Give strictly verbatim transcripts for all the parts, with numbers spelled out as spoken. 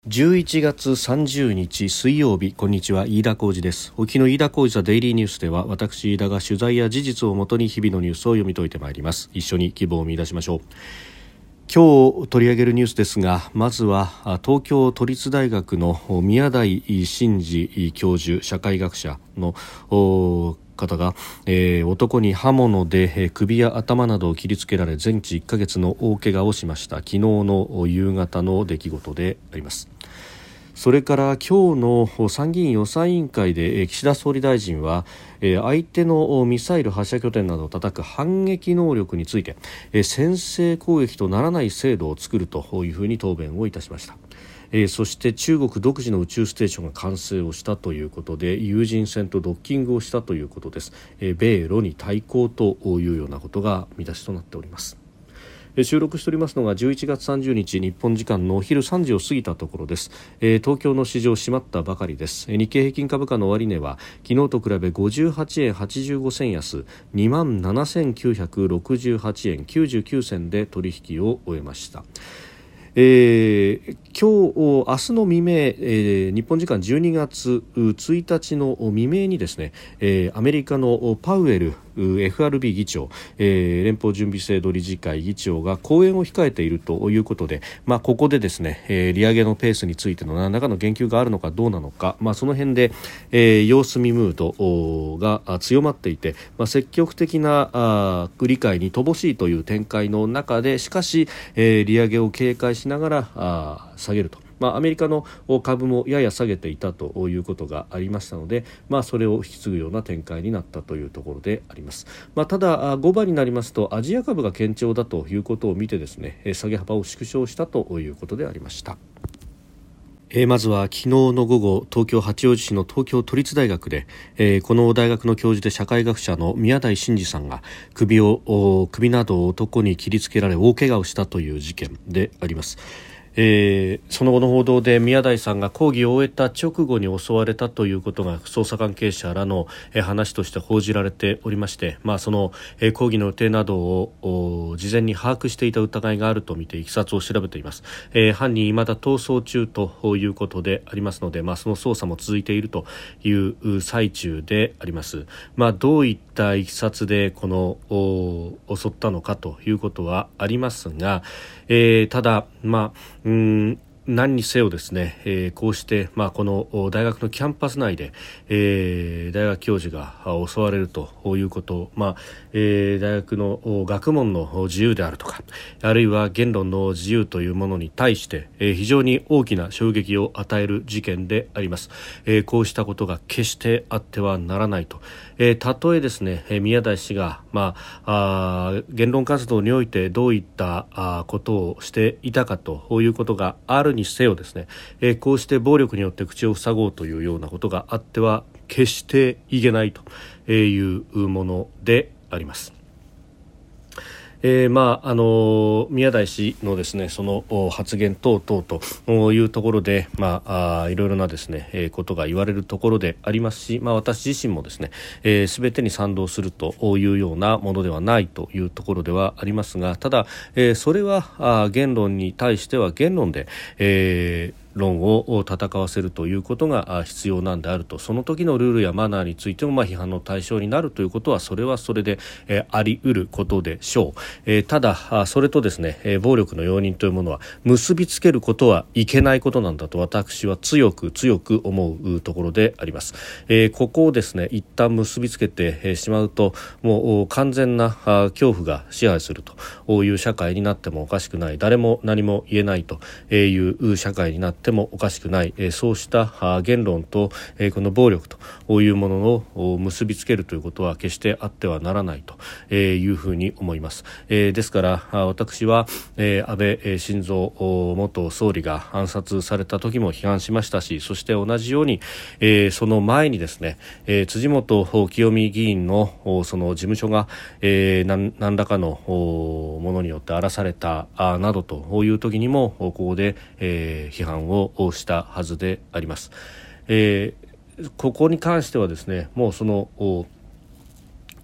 じゅういちがつさんじゅうにち水曜日、こんにちは、飯田浩司です。沖の飯田浩司ザデイリーニュースでは、私飯田が取材や事実をもとに日々のニュースを読み解いてまいります。一緒に希望を見出しましょう。今日取り上げるニュースですが、まずは東京都立大学の宮台真司教授、社会学者の方が、えー、男に刃物で、えー、首や頭などを切りつけられ全治いっかげつの大怪我をしました。昨日の夕方の出来事であります。それから今日の参議院予算委員会で岸田総理大臣は相手のミサイル発射拠点などを叩く反撃能力について先制攻撃とならない制度を作るというふうに答弁をいたしました。えー、そして中国独自の宇宙ステーションが完成をしたということで有人船とドッキングをしたということです。えー、米ロに対抗というようなことが見出しとなっております。収録しておりますのがじゅういちがつさんじゅうにち日本時間のお昼さんじを過ぎたところです。えー、東京の市場閉まったばかりです。日経平均株価の終値は昨日と比べごじゅうはちえんはちじゅうごせん安 にまんななせんきゅうひゃくろくじゅうはちえんきゅうじゅうきゅうせんで取引を終えました。えー、今日明日の未明、えー、日本時間じゅうにがつついたちの未明にですね、えー、アメリカのパウエル エフアールビー 議長、えー、連邦準備制度理事会議長が講演を控えているということで、まあ、ここでですね、えー、利上げのペースについての何らかの言及があるのかどうなのか、まあ、その辺で、えー、様子見ムードが強まっていて、まあ、積極的なあ理解に乏しいという展開の中でしかし、えー、利上げを警戒ししながらあ下げると、まあ、アメリカの株もやや下げていたということがありましたので、まあ、それを引き継ぐような展開になったというところであります。まあ、ただごばになりますとアジア株が堅調だということを見てですね、下げ幅を縮小したということでありました。えー、まずは昨日の午後、東京八王子市の東京都立大学で、えー、この大学の教授で社会学者の宮台真司さんが首を首などを男に切りつけられ大怪我をしたという事件であります。えー、その後の報道で宮台さんが講義を終えた直後に襲われたということが捜査関係者らの、えー、話として報じられておりまして、まあ、その、えー、講義の予定などを事前に把握していた疑いがあるとみていきさつを調べています。えー、犯人未だ逃走中ということでありますので、まあ、その捜査も続いているという最中であります。まあ、どういったいきさつでこの襲ったのかということはありますが、えー、ただ、まあうーん何にせよですね、えー、こうして、まあ、この大学のキャンパス内で、えー、大学教授が襲われるということ、まあえー、大学の学問の自由であるとか、あるいは言論の自由というものに対して、えー、非常に大きな衝撃を与える事件であります。えー、こうしたことが決してあってはならないと、えー、たとえですね、宮台氏が、まあ、あ言論活動においてどういったあことをしていたかということがあるにせよですね、えー、こうして暴力によって口を塞ごうというようなことがあっては決していけないというものであります。えーまあ、あの宮台氏のですね、その発言等々というところで、まあ、あいろいろなですね、えー、ことが言われるところでありますし、まあ、私自身もですね、えー、全てに賛同するというようなものではないというところではありますが、ただ、えー、それはあ言論に対しては言論で、えー論を戦わせるということが必要なんであると、その時のルールやマナーについてもまあ批判の対象になるということはそれはそれで、えー、あり得ることでしょう。えー、ただそれとですね、えー、暴力の容認というものは結びつけることはいけないことなんだと私は強く強く思うところであります。えー、ここをですね一旦結びつけてしまうともう完全な恐怖が支配するという社会になってもおかしくない、誰も何も言えないという社会になってもおかしくない、そうした言論とこの暴力というものを結びつけるということは決してあってはならないというふうに思います。ですから私は安倍晋三元総理が暗殺された時も批判しましたし、そして同じようにその前にですね、辻元清美議員のその事務所が何らかのものによって荒らされたなどという時にもここで批判ををしたはずであります。えー、ここに関してはですね、もうその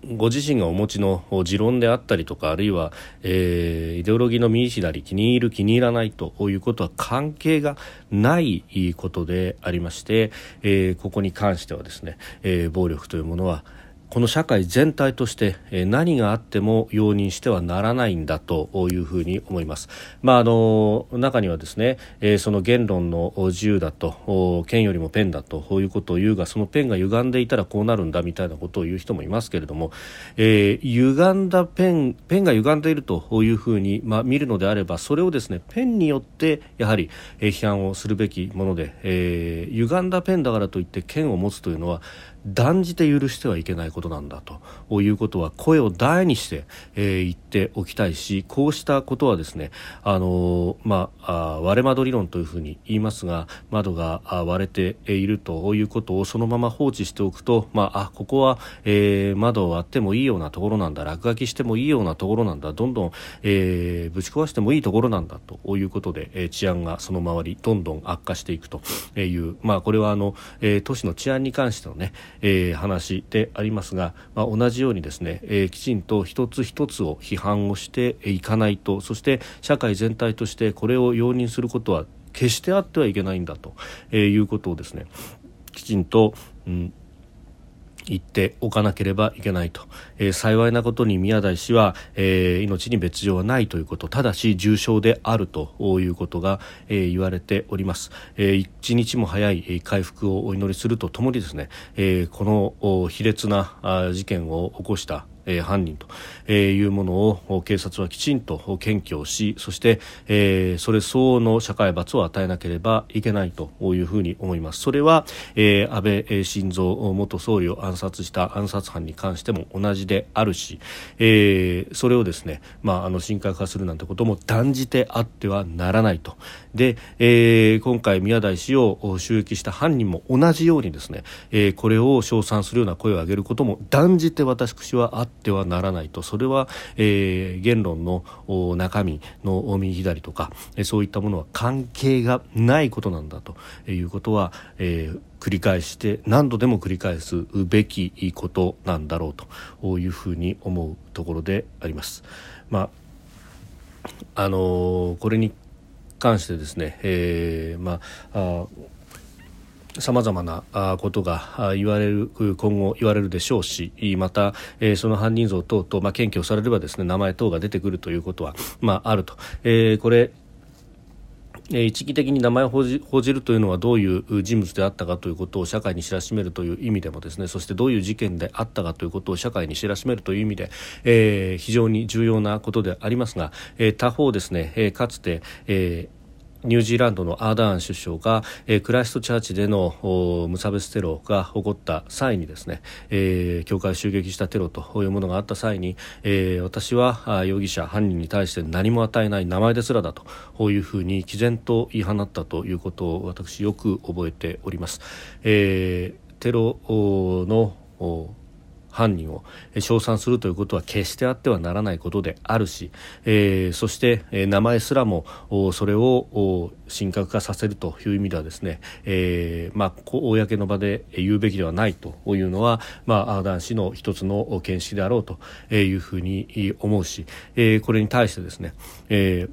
ご自身がお持ちの持論であったりとか、あるいは、えー、イデオロギーの右左、気に入る気に入らないということは関係がないことでありまして、えー、ここに関してはですね、えー、暴力というものはこの社会全体として何があっても容認してはならないんだというふうに思います。まあ、あの中にはですね、その言論の自由だと、剣よりもペンだということを言うが、そのペンが歪んでいたらこうなるんだみたいなことを言う人もいますけれども、えー、歪んだペンペンが歪んでいるというふうに、まあ、見るのであれば、それをですねペンによってやはり批判をするべきもので、えー、歪んだペンだからといって剣を持つというのは断じて許してはいけないことなんだということは声を大にして、えー、言っておきたいし、こうしたことはですね、あのーまあ、割れ窓理論というふうに言いますが、窓が割れているということをそのまま放置しておくと、まあ、あここは、えー、窓を割ってもいいようなところなんだ、落書きしてもいいようなところなんだ、どんどん、えー、ぶち壊してもいいところなんだということで、えー、治安がその周りどんどん悪化していくという、まあ、これはあの、えー、都市の治安に関してのね、えー、話でありますが、まあ、同じようにですね、えー、きちんと一つ一つを批判をしていかないと、そして社会全体としてこれを容認することは決してあってはいけないんだと、えー、いうことをですねきちんと、うん言っておかなければいけないと、えー、幸いなことに宮台氏は、えー、命に別状はないということ、ただし重傷であるということが、えー、言われております。えー、一日も早い回復をお祈りするとともにですね、えー、この卑劣な事件を起こしたえー、犯人というものを警察はきちんと検挙し、そして、えー、それ相応の社会罰を与えなければいけないというふうに思います。それは、えー、安倍晋三元総理を暗殺した暗殺犯に関しても同じであるし、えー、それをですね、まあ、あの神格化するなんてことも断じてあってはならないと。で、えー、今回宮台氏を襲撃した犯人も同じようにですね、えー、これを称賛するような声を上げることも断じて私はあってではならないと。それは、えー、言論の中身の右左とかそういったものは関係がないことなんだということは、えー、繰り返して何度でも繰り返すべきことなんだろうというふうに思うところであります。まああのー、これに関してですね、えー、まああさまざまなことが言われる今後言われるでしょうし、また、えー、その犯人像等々、まあ、検挙されればですね名前等が出てくるということは、まあ、あると、えー、これ一義的に名前を報じ、報じるというのはどういう人物であったかということを社会に知らしめるという意味でもですね、そしてどういう事件であったかということを社会に知らしめるという意味で、えー、非常に重要なことでありますが、えー、他方ですね、えー、かつて、えーニュージーランドのアーダーン首相が、えー、クライストチャーチでの無差別テロが起こった際にですね、えー、教会を襲撃したテロというものがあった際に、えー、私は容疑者犯人に対して何も与えない、名前ですらだというふうに毅然と言い放ったということを私よく覚えております。えー、テロの犯人を称賛するということは決してあってはならないことであるし、えー、そして、えー、名前すらもそれを神格化させるという意味ではですね、えーまあ、公の場で言うべきではないというのは、まあ、アーダーン氏の一つの見識であろうというふうに思うし、えー、これに対してですね、えー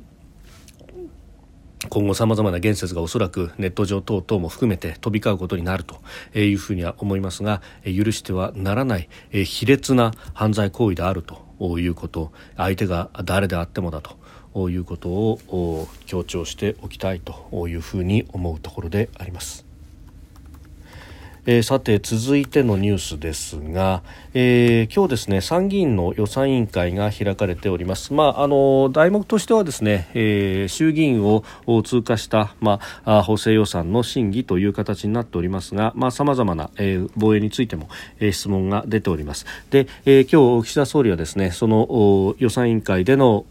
今後さまざまな言説がおそらくネット上等々も含めて飛び交うことになるというふうには思いますが、許してはならない卑劣な犯罪行為であるということ、相手が誰であってもだということを強調しておきたいというふうに思うところであります。えー、さて続いてのニュースですが、えー、今日ですね参議院の予算委員会が開かれております。まあ、あの題目としてはですね、えー、衆議院を通過した、まあ、補正予算の審議という形になっておりますが、まあ、様々な、えー、防衛についても、えー、質問が出ております。で、えー、今日岸田総理はですねその予算委員会での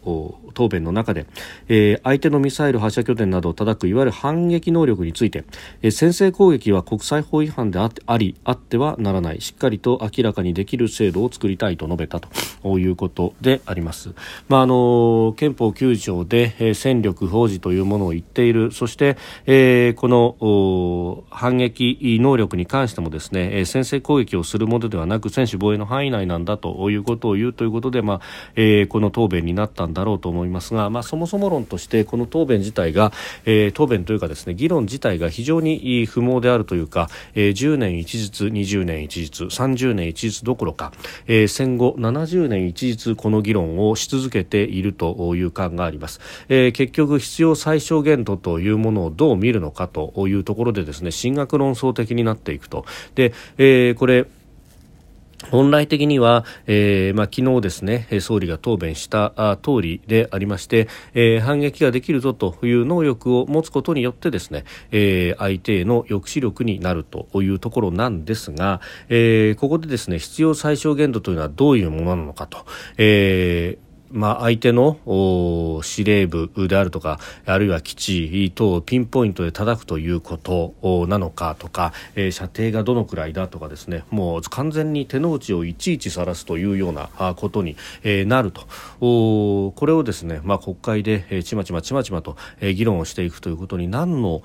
答弁の中で、えー、相手のミサイル発射拠点などを叩くいわゆる反撃能力について、えー、先制攻撃は国際法違反であって、ありあってはならない、しっかりと明らかにできる制度を作りたいと述べたということであります。まあ、あの憲法きゅう条で、えー、戦力保持というものを言っている。そして、えー、この反撃能力に関してもですね、えー、先制攻撃をするものではなく専守防衛の範囲内なんだということを言うということで、まあえー、この答弁になったんだろうと思いますが、まあ、そもそも論としてこの答弁自体が、えー、答弁というかですね、議論自体が非常に不毛であるというか、えー、じゅうねん一日、にじゅうねん一日、さんじゅうねん一日どころか、えー、戦後ななじゅうねん一日この議論をし続けているという感があります。えー、結局必要最小限度というものをどう見るのかというところでですね、神学論争的になっていくと。で、えー、これ本来的には、えーまあ、昨日ですね、総理が答弁した通りでありまして、えー、反撃ができるぞという能力を持つことによってですね、えー、相手への抑止力になるというところなんですが、えー、ここでですね、必要最小限度というのはどういうものなのかと、えーまあ、相手の司令部であるとか、あるいは基地等をピンポイントで叩くということなのかとか、えー、射程がどのくらいだとかですね、もう完全に手の内をいちいち晒すというようなことになると、これをですね、まあ、国会でちまちまちまちまと議論をしていくということに何の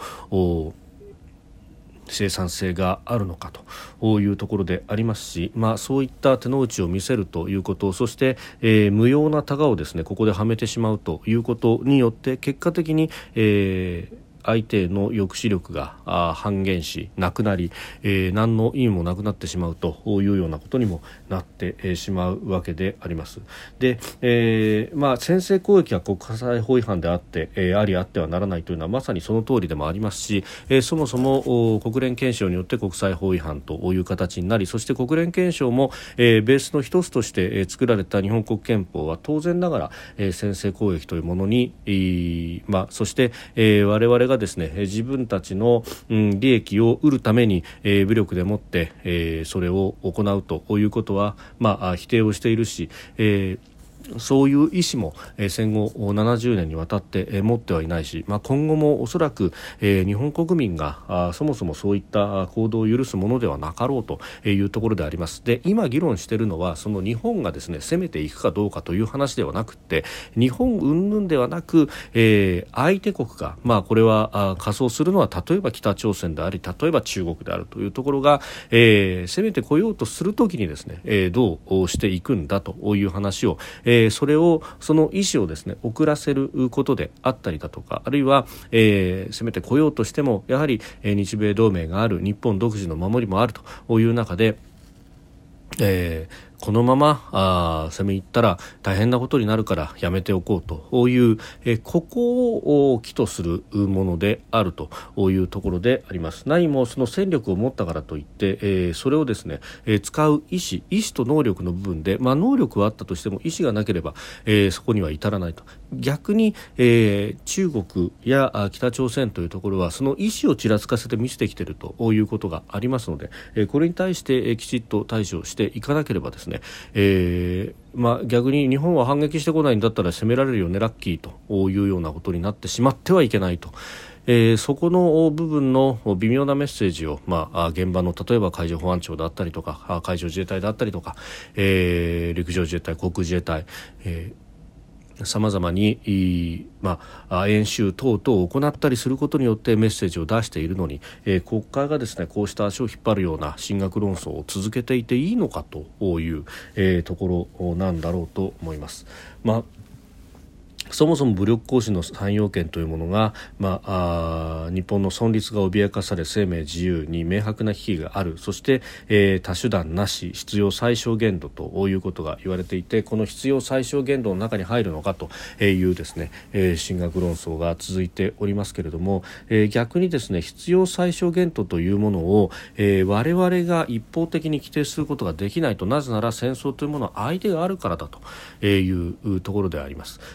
生産性があるのかというところでありますし、まあ、そういった手の内を見せるということ、そして、えー、無用なタガをですね、ここではめてしまうということによって結果的に、えー相手の抑止力が半減しなくなり、えー、何の意味もなくなってしまうというようなことにもなってしまうわけであります。で、えーまあ、先制攻撃は国際法違反であって、えー、ありあってはならないというのはまさにその通りでもありますし、えー、そもそも国連憲章によって国際法違反という形になり、そして国連憲章も、えー、ベースの一つとして、えー、作られた日本国憲法は当然ながら、えー、先制攻撃というものに、えーまあ、そして、えー、我々がですね、自分たちの、うん、利益を得るために、えー、武力でもって、えー、それを行うということは、まあ、否定をしているし、えーそういう意思も、えー、戦後ななじゅうねんにわたって、えー、持ってはいないし、まあ、今後もおそらく、えー、日本国民があそもそもそういった行動を許すものではなかろうというところであります。で、今議論しているのはその日本がですね、攻めていくかどうかという話ではなくて、日本云々ではなく、えー、相手国が、まあ、これはあ仮想するのは例えば北朝鮮であり、例えば中国であるというところが、えー、攻めてこようとするときにですね、えー、どうしていくんだという話を、えーそれをその意思をですね遅らせることであったりだとか、あるいは、えー、攻めてこようとしてもやはり、えー、日米同盟がある、日本独自の守りもあるという中で、えーこのままあ攻め入ったら大変なことになるからやめておこうという、えー、ここを起とするものであるというところであります。何もその戦力を持ったからといって、えー、それをですね、えー、使う意思、意思と能力の部分で、まあ、能力はあったとしても意思がなければ、えー、そこには至らないと。逆に、えー、中国や北朝鮮というところはその意思をちらつかせて見せてきているということがありますので、えー、これに対して、えー、きちっと対処していかなければですね、えーまあ、逆に日本は反撃してこないんだったら攻められるよねラッキーというようなことになってしまってはいけないと、えー、そこの部分の微妙なメッセージを、まあ、現場の例えば海上保安庁だったりとか海上自衛隊だったりとか、えー、陸上自衛隊、航空自衛隊、えーさまざまに、まあ、演習等々を行ったりすることによってメッセージを出しているのに、えー、国会がですねこうした足を引っ張るような神学論争を続けていていいのかという、えー、ところなんだろうと思います。まあそもそも武力行使の三要件というものが、まあ、あ日本の存立が脅かされ生命自由に明白な危機がある、そして、えー、多手段なし必要最小限度ということが言われていて、この必要最小限度の中に入るのかというですね、えー、神学論争が続いておりますけれども、えー、逆にですね必要最小限度というものを、えー、我々が一方的に規定することができないと、なぜなら戦争というものは相手があるからだというところであります。で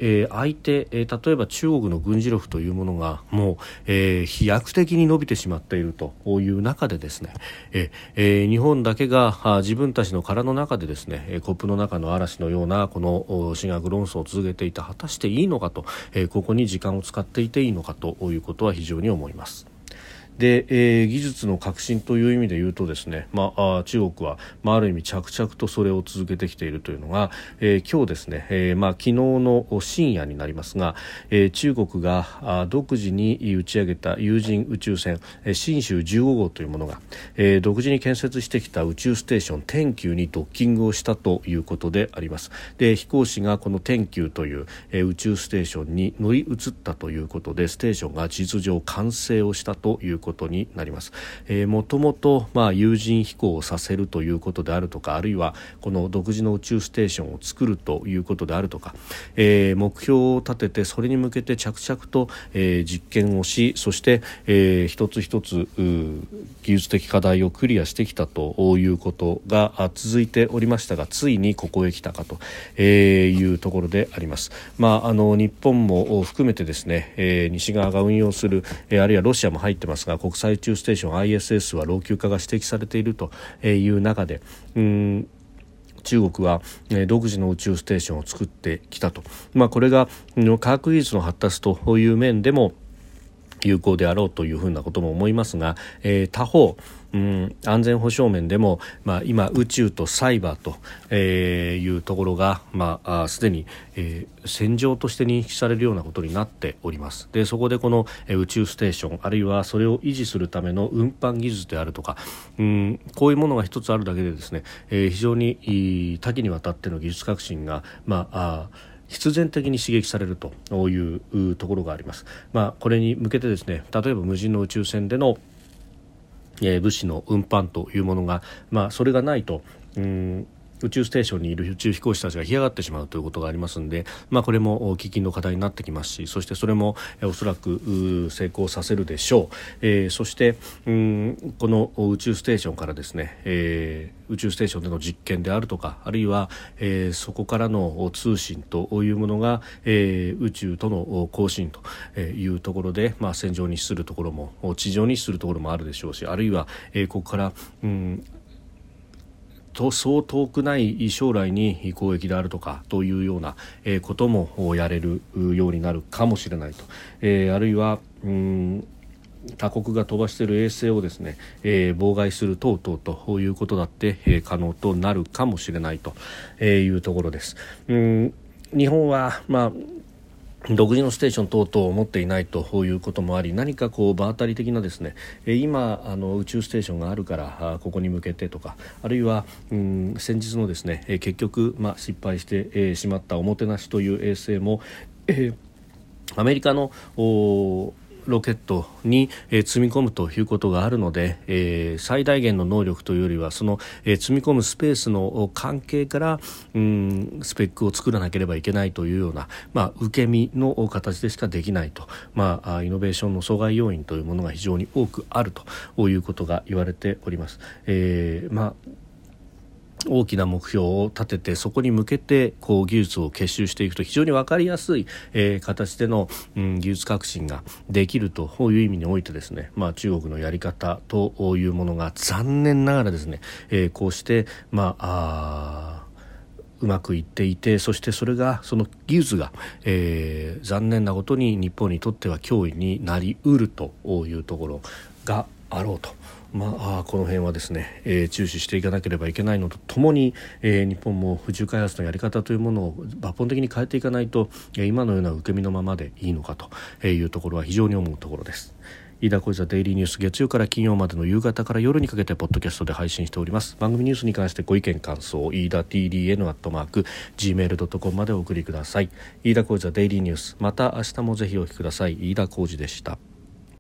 えー、相手、えー、例えば中国の軍事力というものがもう、えー、飛躍的に伸びてしまっているという中でですね、えーえー、日本だけがあ自分たちの殻の中でですね、コップの中の嵐のようなこの私学論争を続けていた果たしていいのかと、えー、ここに時間を使っていていいのかということは非常に思います。で、えー、技術の革新という意味で言うとですね、まあ、あ中国は、まあ、ある意味着々とそれを続けてきているというのが、えー、今日ですね、えーまあ、昨日の深夜になりますが、えー、中国があ独自に打ち上げた有人宇宙船、えー、神舟じゅうご号というものが、えー、独自に建設してきた宇宙ステーション天宮にドッキングをしたということであります。で、飛行士がこの天宮という、えー、宇宙ステーションに乗り移ったということで、ステーションが事実上完成をしたということことになります。えー、もともと、まあ、有人飛行をさせるということであるとか、あるいはこの独自の宇宙ステーションを作るということであるとか、えー、目標を立ててそれに向けて着々と、えー、実験をし、そして、えー、一つ一つ技術的課題をクリアしてきたということが続いておりましたが、ついにここへ来たかというところであります。まあ、あの日本も含めてですね、えー、西側が運用する、えー、あるいはロシアも入ってますが、国際宇宙ステーション アイエスエス は老朽化が指摘されているという中で、うーん中国は、えー、独自の宇宙ステーションを作ってきたと、まあ、これが科学技術の発達という面でも有効であろうというふうなことも思いますが、えー、他方、うん、安全保障面でも、まあ、今宇宙とサイバーと、えー、いうところが、まあ、すでに、えー、戦場として認識されるようなことになっております。で、そこでこの、えー、宇宙ステーション、あるいはそれを維持するための運搬技術であるとか、うん、こういうものが一つあるだけでですね、えー、非常に多岐にわたっての技術革新が、まあ、あ必然的に刺激されるというところがあります。まあ、これに向けてですね、例えば無人の宇宙船での、えー、物資の運搬というものが、まあ、それがないと、うん宇宙ステーションにいる宇宙飛行士たちが干上がってしまうということがありますので、まあ、これも喫緊の課題になってきますし、そしてそれもおそらく成功させるでしょう。えー、そしてうんこの宇宙ステーションからですね、えー、宇宙ステーションでの実験であるとか、あるいは、えー、そこからの通信というものが、えー、宇宙との交信というところで、まあ、戦場にするところも地上にするところもあるでしょうし、あるいは、えー、ここからうんとそう遠くない将来に攻撃であるとかというような、えー、こともやれるようになるかもしれないと、えー、あるいはうーん他国が飛ばしている衛星をですね、えー、妨害する等々ということだって、えー、可能となるかもしれないというところです。うん日本はまあ独自のステーション等々を持っていないということもあり、何かこう場当たり的なですね、今あの宇宙ステーションがあるからここに向けてとか、あるいはうん先日のですね結局、まあ、失敗してしまったおもてなしという衛星も、えー、アメリカのロケットに、えー、積み込むということがあるので、えー、最大限の能力というよりはその、えー、積み込むスペースの関係からうんスペックを作らなければいけないというような、まあ、受け身の形でしかできないと、まあ、イノベーションの阻害要因というものが非常に多くあるということが言われております。えーまあ大きな目標を立ててそこに向けてこう技術を結集していくと非常に分かりやすい、えー、形での、うん、技術革新ができるという意味においてですね、まあ、中国のやり方というものが残念ながらですね、えー、こうして、まあ、あうまくいっていて、そしてそれがその技術が、えー、残念なことに日本にとっては脅威になりうるというところがあろうと。まあ、この辺はですね、えー、注視していかなければいけないのとともに、えー、日本も宇宙開発のやり方というものを抜本的に変えていかないと、えー、今のような受け身のままでいいのかというところは非常に思うところです。飯田浩司ザデイリーニュース、月曜から金曜までの夕方から夜にかけてポッドキャストで配信しております。番組ニュースに関してご意見感想、飯田 ティーディーエヌ アットマーク ジーメールドットコム までお送りください。飯田浩司ザデイリーニュース、また明日もぜひお聞きください。飯田浩司でした。